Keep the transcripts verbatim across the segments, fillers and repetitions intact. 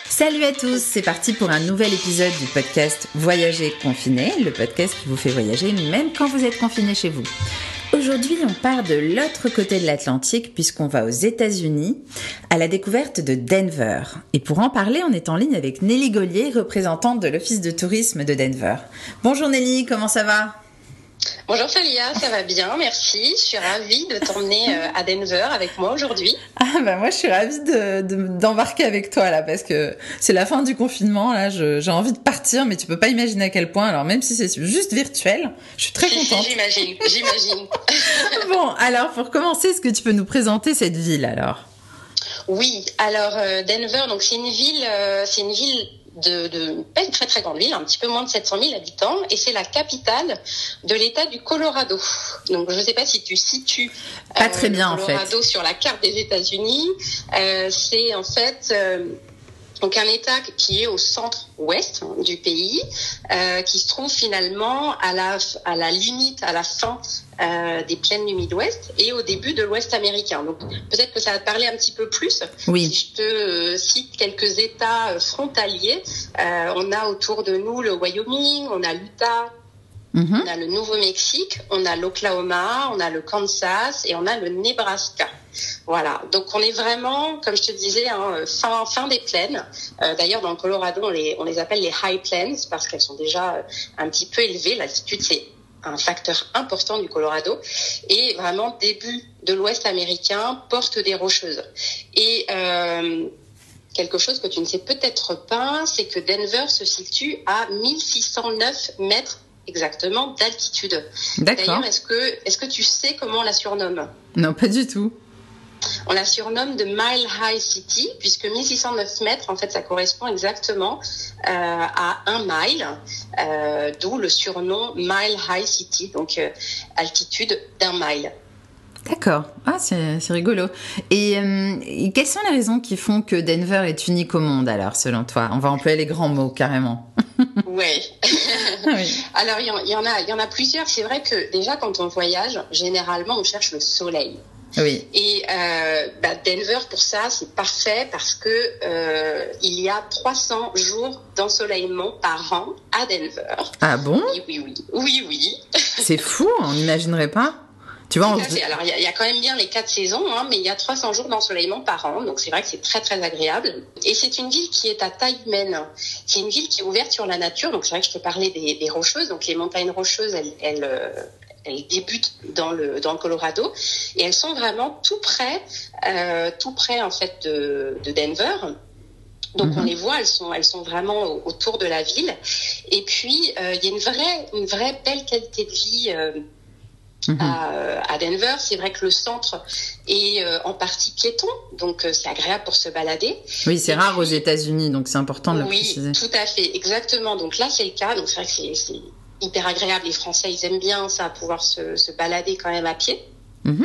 Salut à tous, c'est parti pour un nouvel épisode du podcast Voyager confiné, le podcast qui vous fait voyager même quand vous êtes confiné chez vous. Aujourd'hui, on part de l'autre côté de l'Atlantique puisqu'on va aux États-Unis à la découverte de Denver. Et pour en parler, on est en ligne avec Nelly Gaulier, représentante de l'Office de tourisme de Denver. Bonjour Nelly, comment ça va ? Bonjour Falia, ça va bien, merci. Je suis ravie de t'emmener à Denver avec moi aujourd'hui. Ah bah moi je suis ravie de, de, d'embarquer avec toi là parce que c'est la fin du confinement, là je, j'ai envie de partir mais tu peux pas imaginer à quel point, alors même si c'est juste virtuel, je suis très contente. J'imagine, j'imagine. Bon, alors pour commencer, est-ce que tu peux nous présenter cette ville alors ? Oui, alors euh, Denver, donc c'est une ville, euh, c'est une ville de, de pas une très très grande ville, un petit peu moins de sept cent mille habitants, et c'est la capitale de l'État du Colorado. Donc je ne sais pas si tu situes pas très euh, bien, le Colorado en fait. Sur la carte des États-Unis. Euh, c'est en fait euh, donc un État qui est au centre-ouest du pays, euh, qui se trouve finalement à la à la limite, à la fin euh, des plaines du Midwest et au début de l'Ouest américain. Donc peut-être que ça va te parler un petit peu plus. Oui. Si je te euh, cite quelques États frontaliers, euh, on a autour de nous le Wyoming, on a l'Utah. Mm-hmm. On a le Nouveau-Mexique, on a l'Oklahoma, on a le Kansas et on a le Nebraska. Voilà, donc on est vraiment, comme je te disais, hein, fin, fin des plaines. Euh, d'ailleurs, dans le Colorado, on les, on les appelle les High Plains parce qu'elles sont déjà un petit peu élevées. L'altitude, c'est un facteur important du Colorado. Et vraiment, début de l'Ouest américain, porte des Rocheuses. Et euh, quelque chose que tu ne sais peut-être pas, c'est que Denver se situe à mille six cent neuf mètres exactement d'altitude. D'accord. D'ailleurs, est-ce que, est-ce que tu sais comment on la surnomme ? Non, pas du tout. On la surnomme de Mile High City, puisque mille six cent neuf mètres, en fait, ça correspond exactement euh, à un mile, euh, d'où le surnom Mile High City, donc euh, altitude d'un mile. D'accord, ah, c'est, c'est rigolo. Et, euh, et quelles sont les raisons qui font que Denver est unique au monde, alors, selon toi ? On va employer les grands mots, carrément. Ouais. Oui. Alors, il y, y en a, il y en a plusieurs. C'est vrai que déjà, quand on voyage, généralement, on cherche le soleil. Oui. Et euh, bah, Denver, pour ça, c'est parfait parce que euh, il y a trois cents jours d'ensoleillement par an à Denver. Ah bon ? Oui, oui, oui. Oui, oui. C'est fou, on n'imaginerait pas. Tu vois, on... Alors, il y, y a quand même bien les quatre saisons, hein, mais il y a trois cents jours d'ensoleillement par an, donc c'est vrai que c'est très, très agréable. Et c'est une ville qui est à taille humaine. C'est une ville qui est ouverte sur la nature, donc c'est vrai que je te parlais des, des Rocheuses, donc les montagnes Rocheuses, elles, elles, euh, elles débutent dans le, dans le Colorado, et elles sont vraiment tout près, euh, tout près, en fait, de, de Denver. Donc mm-hmm. on les voit, elles sont, elles sont vraiment autour de la ville. Et puis, euh, il y a une vraie, une vraie belle qualité de vie, euh, Mmh. À, à Denver. C'est vrai que le centre est euh, en partie piéton, donc euh, c'est agréable pour se balader. Oui, c'est et rare puis, aux États-Unis, donc c'est important de le oui, préciser. Oui, tout à fait, exactement. Donc là, c'est le cas. Donc c'est vrai que c'est, c'est hyper agréable. Les Français, ils aiment bien ça, pouvoir se, se balader quand même à pied. Mmh.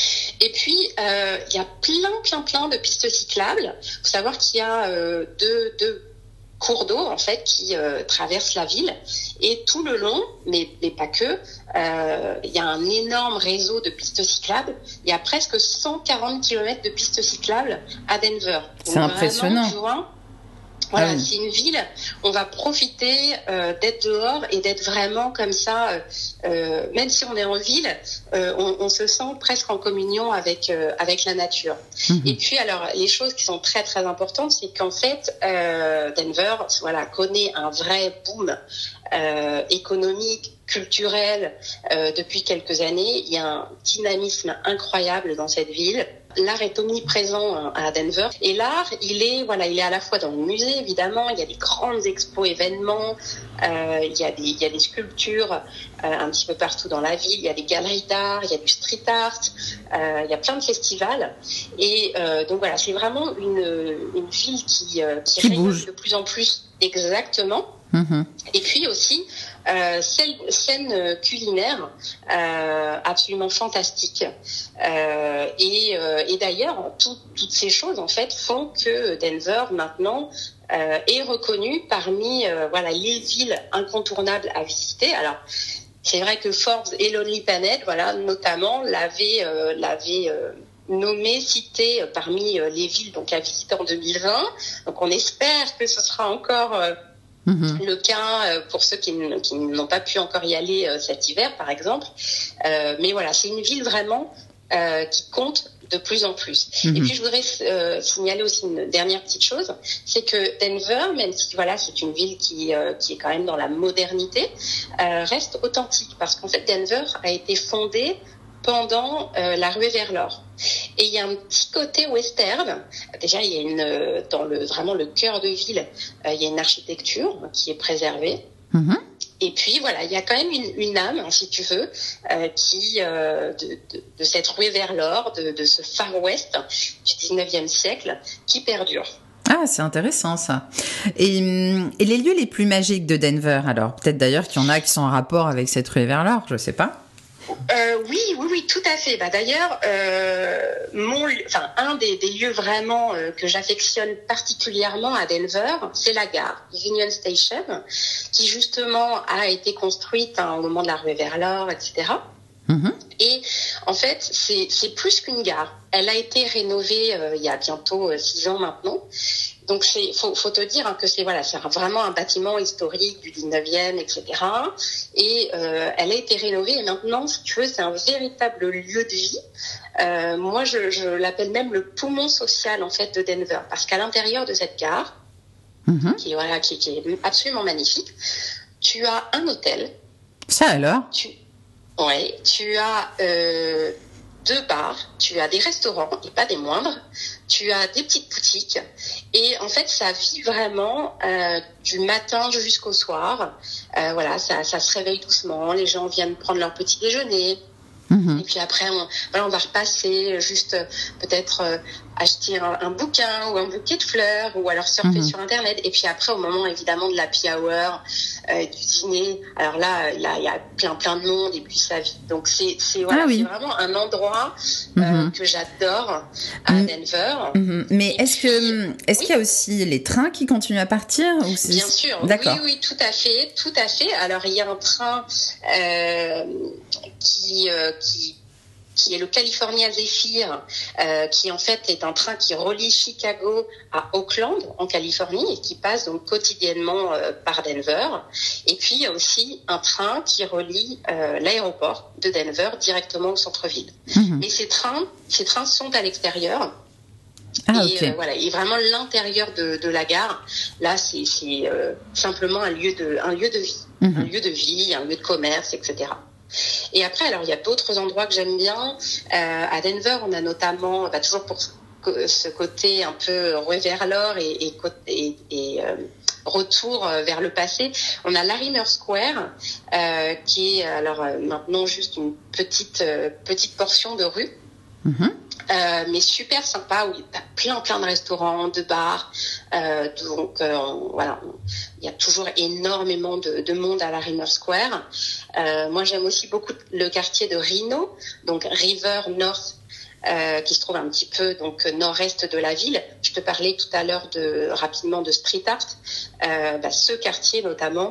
Et puis, euh, il y a plein, plein, plein de pistes cyclables. Il faut savoir qu'il y a euh, deux, deux cours d'eau en fait qui euh, traversent la ville et tout le long, mais, mais pas que, euh, il y a un énorme réseau de pistes cyclables. Il y a presque cent quarante kilomètres de pistes cyclables à Denver. Donc, c'est impressionnant. Vraiment, tu vois, voilà, ah oui. C'est une ville, on va profiter euh, d'être dehors et d'être vraiment comme ça, euh, euh, même si on est en ville, euh, on, on se sent presque en communion avec euh, avec la nature. Mmh. Et puis alors, les choses qui sont très très importantes, c'est qu'en fait, euh, Denver, voilà, connaît un vrai boom euh, économique, culturel euh, depuis quelques années. Il y a un dynamisme incroyable dans cette ville. L'art est omniprésent à Denver. Et l'art, il est, voilà, il est à la fois dans le musée, évidemment. Il y a des grandes expos, événements. Euh, il y a des, il y a des sculptures euh, un petit peu partout dans la ville. Il y a des galeries d'art. Il y a du street art. Euh, il y a plein de festivals. Et euh, donc voilà, c'est vraiment une, une ville qui, euh, qui, qui rayonne de plus en plus. Exactement. Mmh. Et puis aussi euh, scène, scène culinaire euh, absolument fantastique. Euh, et, euh, et d'ailleurs, tout, toutes ces choses en fait font que Denver maintenant euh, est reconnue parmi euh, voilà les villes incontournables à visiter. Alors c'est vrai que Forbes et Lonely Planet, voilà, notamment l'avaient euh, l'avaient euh, nommée, citée parmi les villes donc à visiter en deux mille vingt. Donc on espère que ce sera encore euh, mmh. le cas pour ceux qui, n- qui n'ont pas pu encore y aller euh, cet hiver, par exemple. Euh, mais voilà, c'est une ville vraiment euh, qui compte de plus en plus. Mmh. Et puis je voudrais euh, signaler aussi une dernière petite chose, c'est que Denver, même si voilà c'est une ville qui euh, qui est quand même dans la modernité, euh, reste authentique parce qu'en fait Denver a été fondée pendant euh, la ruée vers l'or. Et il y a un petit côté western. Déjà, il y a une dans le vraiment le cœur de ville, euh, il y a une architecture qui est préservée. Mmh. Et puis voilà, il y a quand même une, une âme, si tu veux, euh, qui euh, de, de, de cette ruée vers l'or, de, de ce Far West du dix-neuvième siècle, qui perdure. Ah, c'est intéressant ça. Et, et les lieux les plus magiques de Denver, alors peut-être d'ailleurs qu'il y en a qui sont en rapport avec cette ruée vers l'or, je sais pas. Euh, oui, oui, oui, tout à fait. Bah, d'ailleurs, euh, mon, enfin, un des, des lieux vraiment euh, que j'affectionne particulièrement à Denver, c'est la gare Union Station, qui justement a été construite hein, au moment de la ruée vers l'or, et cetera. Mm-hmm. Et en fait, c'est, c'est plus qu'une gare. Elle a été rénovée euh, il y a bientôt euh, six ans maintenant. Donc c'est faut faut te dire hein, que c'est voilà c'est vraiment un bâtiment historique du dix-neuvième, et cetera. Et euh, elle a été rénovée et maintenant si tu veux c'est un véritable lieu de vie. Euh, moi je, je l'appelle même le poumon social en fait de Denver parce qu'à l'intérieur de cette gare mm-hmm. qui voilà qui, qui est absolument magnifique, tu as un hôtel. Ça alors. Tu ouais tu as euh, deux bars, tu as des restaurants et pas des moindres. Tu as des petites boutiques et en fait ça vit vraiment euh, du matin jusqu'au soir. Euh, voilà, ça, ça se réveille doucement. Les gens viennent prendre leur petit déjeuner. Mmh. Et puis après, on, voilà, on va repasser juste peut-être euh, acheter un, un bouquin ou un bouquet de fleurs ou alors surfer mmh. sur Internet. Et puis après, au moment évidemment de l'happy hour, euh, du dîner, alors là, là, il y a plein plein de monde et puis ça vit. Donc c'est c'est voilà, ah oui. c'est vraiment un endroit euh, mmh. que j'adore à mmh. Denver. Mmh. Mais et est-ce puis, que est-ce oui. qu'il y a aussi les trains qui continuent à partir ou c'est... Bien sûr. D'accord. Oui, oui, tout à fait, tout à fait. Alors il y a un train euh, qui euh, qui qui est le California Zephyr, euh, qui en fait est un train qui relie Chicago à Oakland, en Californie, et qui passe donc quotidiennement euh, par Denver. Et puis il y a aussi un train qui relie euh, l'aéroport de Denver directement au centre-ville. Mmh. Mais ces trains, ces trains sont à l'extérieur. Ah, et okay. euh, voilà, et vraiment l'intérieur de, de la gare, là c'est, c'est euh, simplement un lieu de, un lieu de vie, mmh. un lieu de vie, un lieu de commerce, et cetera. Et après, alors il y a d'autres endroits que j'aime bien. Euh, à Denver, on a notamment, bah, toujours pour ce côté un peu ruée vers l'or et, et, et, et euh, retour vers le passé, on a Larimer Square, euh, qui est alors maintenant juste une petite euh, petite portion de rue. Mm-hmm. Euh, mais super sympa où il y a plein plein de restaurants, de bars, euh, donc euh, on, voilà, on, il y a toujours énormément de, de monde à la Larimer Square. Euh, moi j'aime aussi beaucoup le quartier de Reno, donc River North, euh, qui se trouve un petit peu donc nord-est de la ville. Je te parlais tout à l'heure de rapidement de street art. Euh, bah, ce quartier notamment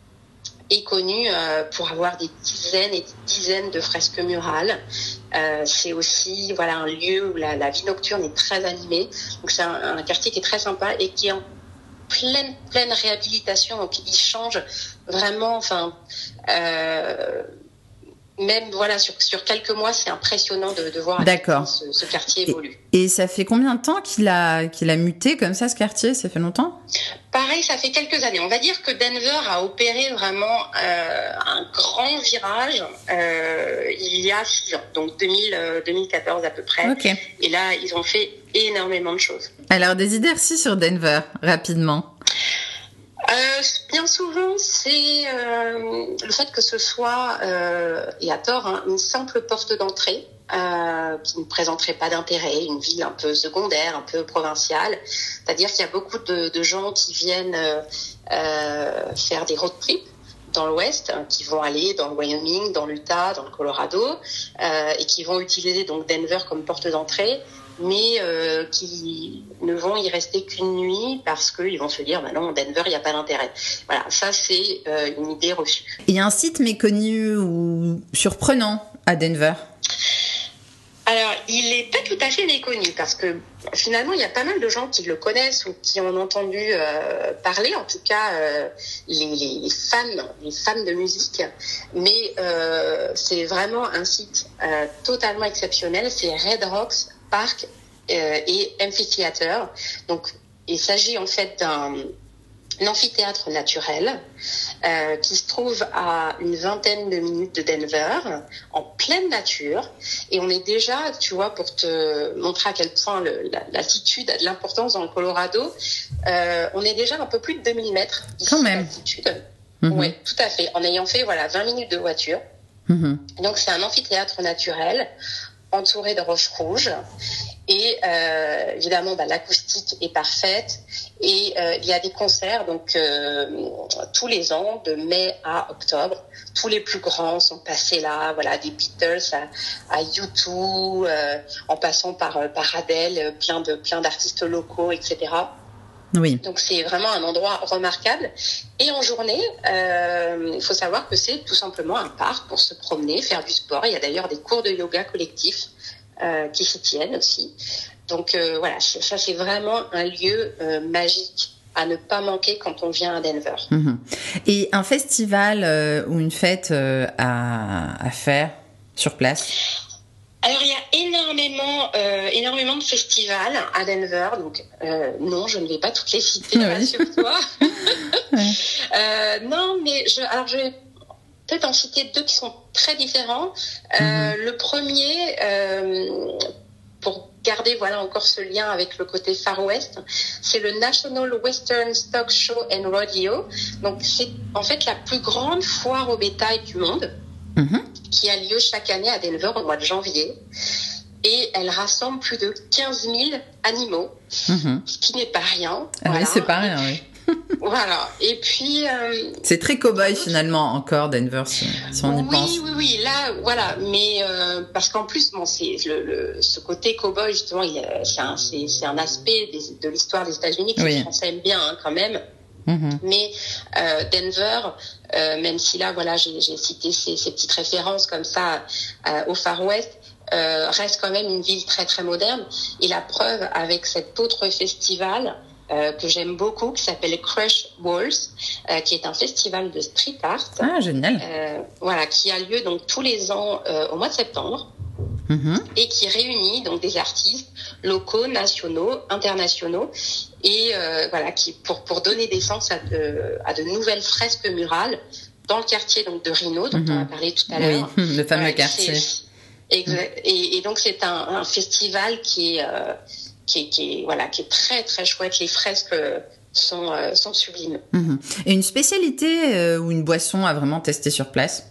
est connu euh, pour avoir des dizaines et des dizaines de fresques murales. Euh, c'est aussi voilà un lieu où la, la vie nocturne est très animée. Donc c'est un, un quartier qui est très sympa et qui est en pleine pleine réhabilitation. Donc il change vraiment. Enfin. Euh, Même voilà sur sur quelques mois, c'est impressionnant de, de voir à quel point ce, ce quartier évolue. Et, et ça fait combien de temps qu'il a qu'il a muté comme ça ce quartier? Ça fait longtemps? Pareil, ça fait quelques années. On va dire que Denver a opéré vraiment euh, un grand virage euh, il y a six ans, donc deux mille, euh, deux mille quatorze à peu près. Okay. Et là, ils ont fait énormément de choses. Alors des idées reçues sur Denver rapidement. Euh, bien souvent, c'est euh, le fait que ce soit, euh, et à tort, hein, une simple porte d'entrée euh, qui ne présenterait pas d'intérêt, une ville un peu secondaire, un peu provinciale. C'est-à-dire qu'il y a beaucoup de, de gens qui viennent euh, faire des road trips dans l'Ouest, hein, qui vont aller dans le Wyoming, dans l'Utah, dans le Colorado, euh, et qui vont utiliser donc Denver comme porte d'entrée, mais euh, qui ne vont y rester qu'une nuit parce qu'ils vont se dire bah non, Denver, il n'y a pas d'intérêt. Voilà, ça c'est euh, une idée reçue. Il y a un site méconnu ou surprenant à Denver? Alors, il n'est pas tout à fait méconnu parce que finalement, il y a pas mal de gens qui le connaissent ou qui en ont entendu euh, parler, en tout cas euh, les, les fans, les fans de musique. Mais euh, c'est vraiment un site euh, totalement exceptionnel. C'est Red Rocks Park euh, et Amphitheater. Donc, il s'agit en fait d'un un amphithéâtre naturel euh, qui se trouve à une vingtaine de minutes de Denver, en pleine nature. Et on est déjà, tu vois, pour te montrer à quel point le, la, l'altitude a de l'importance dans le Colorado, euh, on est déjà un peu plus de deux mille mètres quand même d'altitude. Mm-hmm. Oui, tout à fait. En ayant fait voilà vingt minutes de voiture. Mm-hmm. Donc c'est un amphithéâtre naturel entouré de roches rouges. Et euh, évidemment, bah, l'acoustique est parfaite. Et euh, il y a des concerts donc euh, tous les ans, de mai à octobre. Tous les plus grands sont passés là, voilà, des Beatles à, à U deux, euh, en passant par par Adele, plein de plein d'artistes locaux, et cetera. Oui. Donc c'est vraiment un endroit remarquable. Et en journée, euh, il faut savoir que c'est tout simplement un parc pour se promener, faire du sport. Il y a d'ailleurs des cours de yoga collectifs euh, qui s'y tiennent aussi. Donc euh, voilà, ça c'est vraiment un lieu euh, magique à ne pas manquer quand on vient à Denver. Mmh. Et un festival euh, ou une fête euh, à, à faire sur place? Alors il y a énormément, euh, énormément de festivals à Denver. Donc euh, non, je ne vais pas toutes les citer, oui. rassure-toi. ouais. euh, non, mais je, alors je vais peut-être en citer deux qui sont très différents. Euh, mmh. Le premier, euh, pour garder voilà encore ce lien avec le côté Far West, c'est le National Western Stock Show and Rodeo. Donc c'est en fait la plus grande foire au bétail du monde, mmh. qui a lieu chaque année à Denver au mois de janvier. Et elle rassemble plus de quinze mille animaux, mmh. ce qui n'est pas rien. Ah voilà. Oui, c'est pas rien, oui. Voilà. Et puis euh, c'est très cow-boy finalement encore Denver si, si on y oui, pense. Oui, oui, oui. Là, voilà. Mais euh, parce qu'en plus, bon, c'est le, le ce côté cow-boy justement, il y a, c'est un c'est, c'est un aspect des, de l'histoire des États-Unis que oui. les Français aiment bien hein, quand même. Mm-hmm. Mais euh, Denver, euh, même si là, voilà, j'ai, j'ai cité ces, ces petites références comme ça euh, au Far West. Euh, reste quand même une ville très très moderne. Et la preuve avec cet autre festival euh, que j'aime beaucoup, qui s'appelle Crush Walls, euh, qui est un festival de street art. Ah, génial. Euh, voilà, qui a lieu donc tous les ans euh, au mois de septembre. Mm-hmm. Et qui réunit donc des artistes locaux, nationaux, internationaux, et euh, voilà, qui pour pour donner naissance à de à de nouvelles fresques murales dans le quartier donc de Reno, dont mm-hmm. on a parlé tout à l'heure. Oui, le fameux voilà, quartier. Exact. Et, et donc c'est un, un festival qui est, euh, qui est, qui est, voilà, qui est très très chouette. Les fresques sont, euh, sont sublimes. Mmh. Et une spécialité euh, ou une boisson à vraiment tester sur place?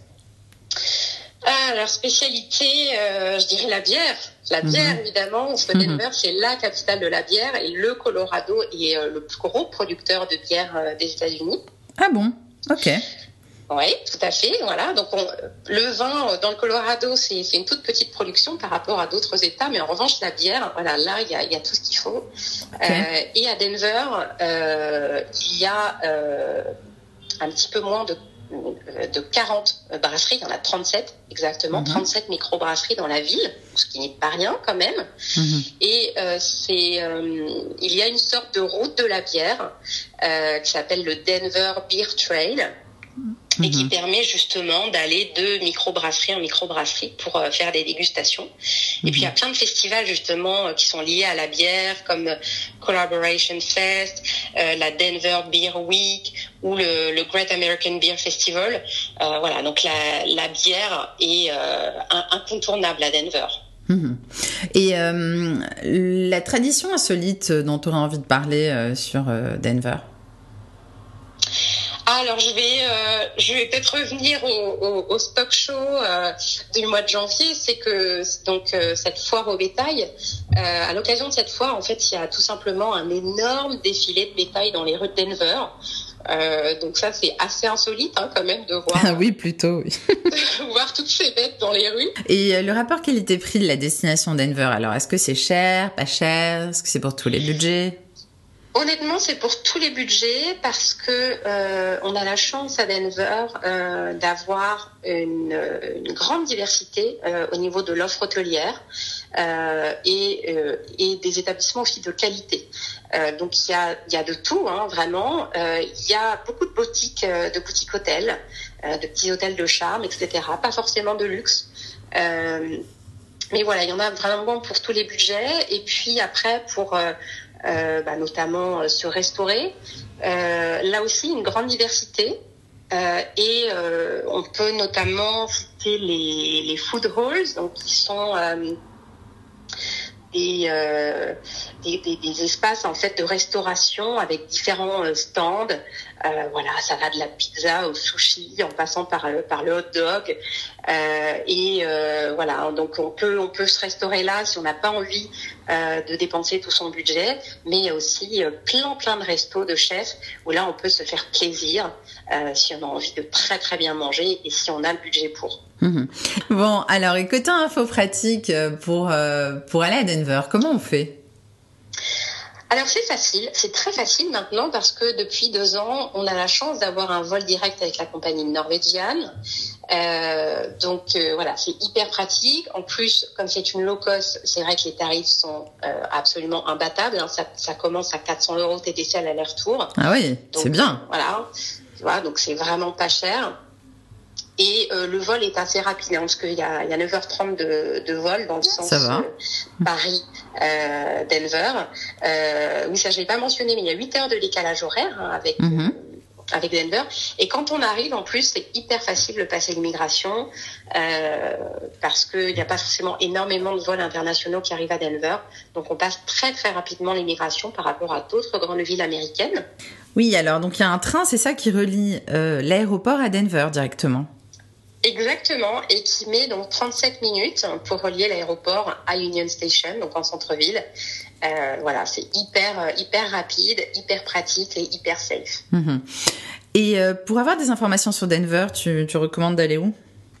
Ah, leur spécialité, euh, je dirais la bière. La bière, mmh. évidemment. Parce que Denver, mmh. c'est la capitale de la bière et le Colorado est euh, le plus gros producteur de bière euh, des États-Unis. Ah bon? Ok. Oui, tout à fait. Voilà. Donc, on, le vin dans le Colorado, c'est, c'est une toute petite production par rapport à d'autres États, mais en revanche, la bière, voilà, là, il y a, y a tout ce qu'il faut. Okay. Euh, et à Denver, euh, il y a euh, un petit peu moins de, de quarante brasseries. Il y en a trente-sept exactement, mm-hmm. trente-sept microbrasseries dans la ville, ce qui n'est pas rien quand même. Mm-hmm. Et euh, c'est, euh, il y a une sorte de route de la bière euh, qui s'appelle le Denver Beer Trail. Et qui mmh. permet justement d'aller de microbrasserie en microbrasserie pour euh, faire des dégustations. Mmh. Et puis il y a plein de festivals justement euh, qui sont liés à la bière, comme euh, Collaboration Fest, euh, la Denver Beer Week ou le, le Great American Beer Festival. Euh, voilà, donc la, la bière est euh, un, incontournable à Denver. Mmh. Et euh, la tradition insolite dont tu aurais envie de parler euh, sur euh, Denver? Alors je vais, euh, je vais peut-être revenir au, au, au stock show euh, du mois de janvier. C'est que donc euh, cette foire au bétail, euh, à l'occasion de cette foire, en fait, il y a tout simplement un énorme défilé de bétail dans les rues de Denver. Euh, donc ça, c'est assez insolite hein, quand même de voir. Ah oui, plutôt. Oui. de voir toutes ces bêtes dans les rues. Et euh, le rapport qualité-prix de la destination Denver, alors est-ce que c'est cher, pas cher, est-ce que c'est pour tous les budgets? Honnêtement, c'est pour tous les budgets parce que euh, on a la chance à Denver euh, d'avoir une, une grande diversité euh, au niveau de l'offre hôtelière. euh, et, euh, et des établissements aussi de qualité. Euh, donc il y a, il y a de tout, hein, vraiment. Euh, il y a beaucoup de boutiques, euh, de boutiques hôtels, euh, de petits hôtels de charme, et cetera. Pas forcément de luxe. Euh, mais voilà, il y en a vraiment pour tous les budgets. Et puis après, pour euh, euh, bah, notamment euh, se restaurer, euh, là aussi une grande diversité. Euh, et euh, on peut notamment citer les, les food halls, donc qui sont euh, des, euh, des, des, des espaces en fait de restauration avec différents euh, stands. Euh, voilà, ça va de la pizza au sushi, en passant par par le hot dog. Euh, et euh, voilà, donc on peut on peut se restaurer là si on n'a pas envie euh, de dépenser tout son budget, mais il y a aussi euh, plein plein de restos de chefs où là on peut se faire plaisir euh, si on a envie de très très bien manger et si on a le budget pour. Mmh. Bon, alors et côté info pratique pour euh, pour aller à Denver, comment on fait? Alors c'est facile, c'est très facile maintenant parce que depuis deux ans, on a la chance d'avoir un vol direct avec la compagnie Norwegian. Euh, donc euh, voilà, c'est hyper pratique. En plus, comme c'est une low cost, c'est vrai que les tarifs sont euh, absolument imbattables. Hein. Ça, ça commence à quatre cents euros T T C à l'aller-retour. Ah oui, donc, c'est bien. Voilà, tu vois, donc c'est vraiment pas cher. Et euh, le vol est assez rapide, hein, parce qu'il y a, il y a neuf heures trente de, de vol dans le sens euh, Paris, euh, Denver. Euh, oui, ça je l'ai pas mentionné, mais il y a huit heures de décalage horaire hein, avec mm-hmm. euh, avec Denver. Et quand on arrive, en plus, c'est hyper facile de passer l'immigration euh, parce qu'il n'y a pas forcément énormément de vols internationaux qui arrivent à Denver. Donc on passe très très rapidement l'immigration par rapport à d'autres grandes villes américaines. Oui, alors donc il y a un train, c'est ça qui relie euh, l'aéroport à Denver directement. Exactement, et qui met donc trente-sept minutes pour relier l'aéroport à Union Station, donc en centre-ville. Euh, voilà, c'est hyper hyper rapide, hyper pratique et hyper safe. Mmh. Et euh, pour avoir des informations sur Denver, tu, tu recommandes d'aller où?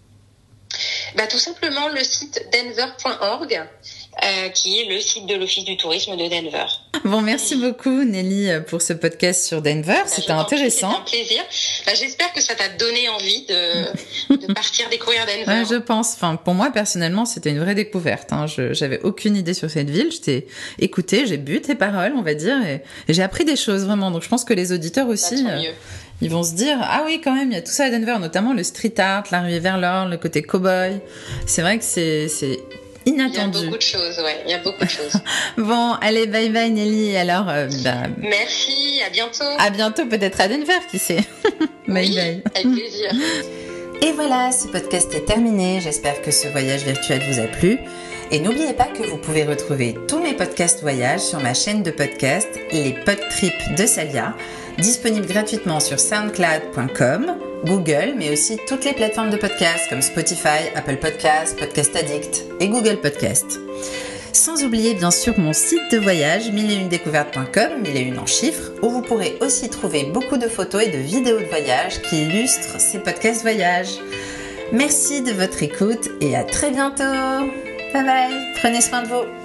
Bah, tout simplement le site denver point org, euh, qui est le site de l'Office du tourisme de Denver. Bon, merci beaucoup Nelly pour ce podcast sur Denver, bah, c'était intéressant. C'était un plaisir. Bah, j'espère que ça t'a donné envie de, de partir découvrir Denver. Ouais, je pense. Enfin, pour moi personnellement, c'était une vraie découverte. Hein. Je, j'avais aucune idée sur cette ville. Je t'ai écouté, j'ai bu tes paroles, on va dire, et, et j'ai appris des choses vraiment. Donc, je pense que les auditeurs aussi. Bah, euh, ils vont se dire, ah oui, quand même, il y a tout ça à Denver, notamment le street art, l'arrivée vers l'or, le côté cow-boy. C'est vrai que c'est, c'est inattendu. Il y a beaucoup de choses, ouais, il y a beaucoup de choses. Bon, allez, bye bye Nelly, alors... Euh, bah... Merci, à bientôt. À bientôt, peut-être à Denver, qui sait. Bye oui, bye. avec plaisir. Et voilà, ce podcast est terminé. J'espère que ce voyage virtuel vous a plu. Et n'oubliez pas que vous pouvez retrouver tous mes podcasts voyages sur ma chaîne de podcast, les PodTrips de Salia, disponible gratuitement sur soundcloud point com, Google, mais aussi toutes les plateformes de podcasts comme Spotify, Apple Podcasts, Podcast Addict et Google Podcasts. Sans oublier bien sûr mon site de voyage mille et une découvertes point com, mille et une en chiffres, où vous pourrez aussi trouver beaucoup de photos et de vidéos de voyage qui illustrent ces podcasts voyages. Merci de votre écoute et à très bientôt. Bye bye, prenez soin de vous.